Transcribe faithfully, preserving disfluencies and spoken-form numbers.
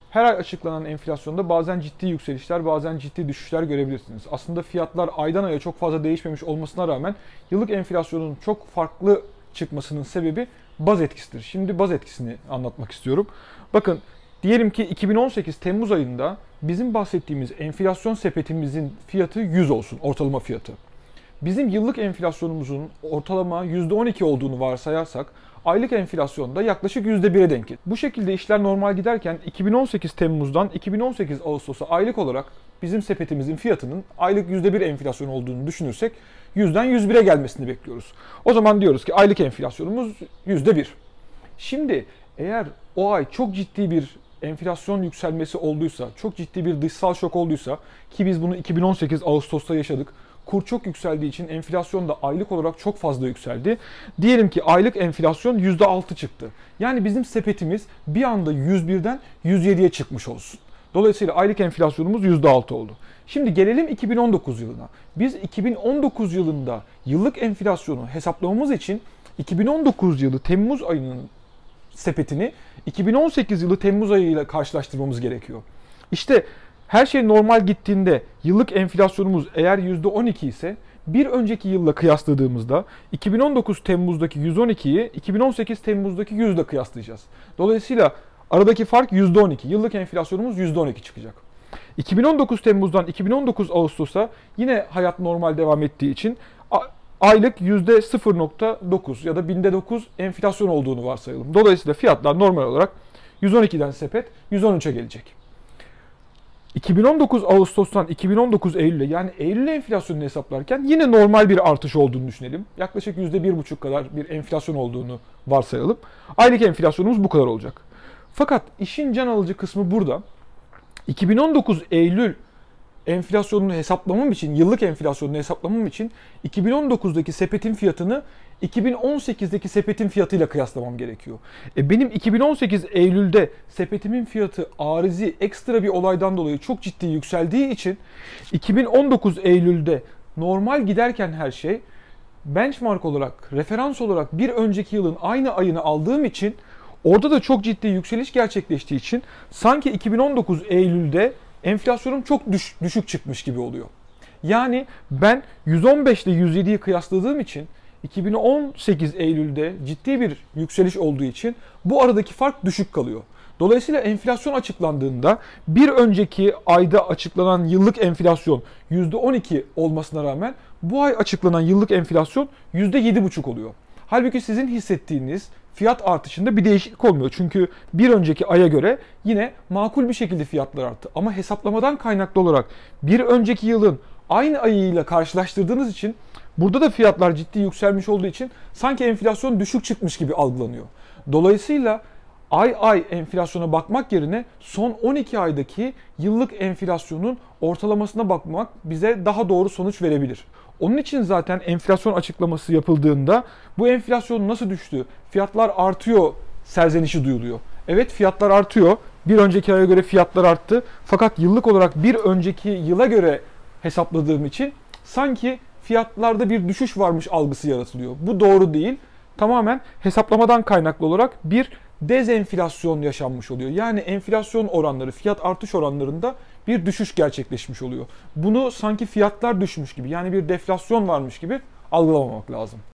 Her ay açıklanan enflasyonda bazen ciddi yükselişler, bazen ciddi düşüşler görebilirsiniz. Aslında fiyatlar aydan aya çok fazla değişmemiş olmasına rağmen yıllık enflasyonun çok farklı çıkmasının sebebi baz etkisidir. Şimdi baz etkisini anlatmak istiyorum. Bakın, diyelim ki iki bin on sekiz Temmuz ayında bizim bahsettiğimiz enflasyon sepetimizin fiyatı yüz olsun, ortalama fiyatı. Bizim yıllık enflasyonumuzun ortalama yüzde on iki olduğunu varsayarsak aylık enflasyon da yaklaşık yüzde bire denk gelir. Bu şekilde işler normal giderken iki bin on sekiz Temmuz'dan iki bin on sekiz Ağustos'a aylık olarak bizim sepetimizin fiyatının aylık yüzde bir enflasyon olduğunu düşünürsek yüzden yüz bire gelmesini bekliyoruz. O zaman diyoruz ki aylık enflasyonumuz yüzde bir. Şimdi eğer o ay çok ciddi bir enflasyon yükselmesi olduysa, çok ciddi bir dışsal şok olduysa, ki biz bunu iki bin on sekiz Ağustos'ta yaşadık. Kur çok yükseldiği için enflasyon da aylık olarak çok fazla yükseldi. Diyelim ki aylık enflasyon yüzde altı çıktı. Yani bizim sepetimiz bir anda yüz birden yüz yediye çıkmış olsun. Dolayısıyla aylık enflasyonumuz yüzde altı oldu. Şimdi gelelim iki bin on dokuz yılına. Biz iki bin on dokuz yılında yıllık enflasyonu hesaplamamız için iki bin on dokuz yılı Temmuz ayının sepetini iki bin on sekiz yılı Temmuz ayıyla karşılaştırmamız gerekiyor. İşte her şey normal gittiğinde yıllık enflasyonumuz eğer yüzde on iki ise bir önceki yılla kıyasladığımızda iki bin on dokuz Temmuz'daki yüz on ikiyi iki bin on sekiz Temmuz'daki yüz ile kıyaslayacağız. Dolayısıyla aradaki fark yüzde on iki. Yıllık enflasyonumuz yüzde on iki çıkacak. iki bin on dokuz Temmuz'dan iki bin on dokuz Ağustos'a yine hayat normal devam ettiği için aylık yüzde sıfır nokta dokuz ya da binde dokuz enflasyon olduğunu varsayalım. Dolayısıyla fiyatlar normal olarak yüz on ikiden sepet yüz on üçe gelecek. iki bin on dokuz Ağustos'tan iki bin on dokuz Eylül'e, yani Eylül enflasyonunu hesaplarken yine normal bir artış olduğunu düşünelim. Yaklaşık yüzde bir buçuk kadar bir enflasyon olduğunu varsayalım. Aylık enflasyonumuz bu kadar olacak. Fakat işin can alıcı kısmı burada. iki bin on dokuz Eylül enflasyonunu hesaplamam için, yıllık enflasyonunu hesaplamam için iki bin on dokuzdaki sepetin fiyatını iki bin on sekizdeki sepetin fiyatıyla kıyaslamam gerekiyor. E benim iki bin on sekiz Eylül'de sepetimin fiyatı arizi ekstra bir olaydan dolayı çok ciddi yükseldiği için iki bin on dokuz Eylül'de normal giderken her şey benchmark olarak, referans olarak bir önceki yılın aynı ayını aldığım için orada da çok ciddi yükseliş gerçekleştiği için sanki iki bin on dokuz Eylül'de enflasyonum çok düş, düşük çıkmış gibi oluyor. Yani ben yüz on beş ile yüz yediyi kıyasladığım için iki bin on sekiz Eylül'de ciddi bir yükseliş olduğu için bu aradaki fark düşük kalıyor. Dolayısıyla enflasyon açıklandığında bir önceki ayda açıklanan yıllık enflasyon yüzde on iki olmasına rağmen bu ay açıklanan yıllık enflasyon yüzde yedi buçuk oluyor. Halbuki sizin hissettiğiniz fiyat artışında bir değişiklik olmuyor. Çünkü bir önceki aya göre yine makul bir şekilde fiyatlar arttı. Ama hesaplamadan kaynaklı olarak bir önceki yılın aynı ayıyla karşılaştırdığınız için burada da fiyatlar ciddi yükselmiş olduğu için sanki enflasyon düşük çıkmış gibi algılanıyor. Dolayısıyla ay ay enflasyona bakmak yerine son on iki aydaki yıllık enflasyonun ortalamasına bakmak bize daha doğru sonuç verebilir. Onun için zaten enflasyon açıklaması yapıldığında bu enflasyon nasıl düştü, fiyatlar artıyor serzenişi duyuluyor. Evet, fiyatlar artıyor. Bir önceki aya göre fiyatlar arttı. Fakat yıllık olarak bir önceki yıla göre hesapladığım için sanki fiyatlarda bir düşüş varmış algısı yaratılıyor. Bu doğru değil. Tamamen hesaplamadan kaynaklı olarak bir dezenflasyon yaşanmış oluyor. Yani enflasyon oranları, fiyat artış oranlarında bir düşüş gerçekleşmiş oluyor. Bunu sanki fiyatlar düşmüş gibi, yani bir deflasyon varmış gibi algılamamak lazım.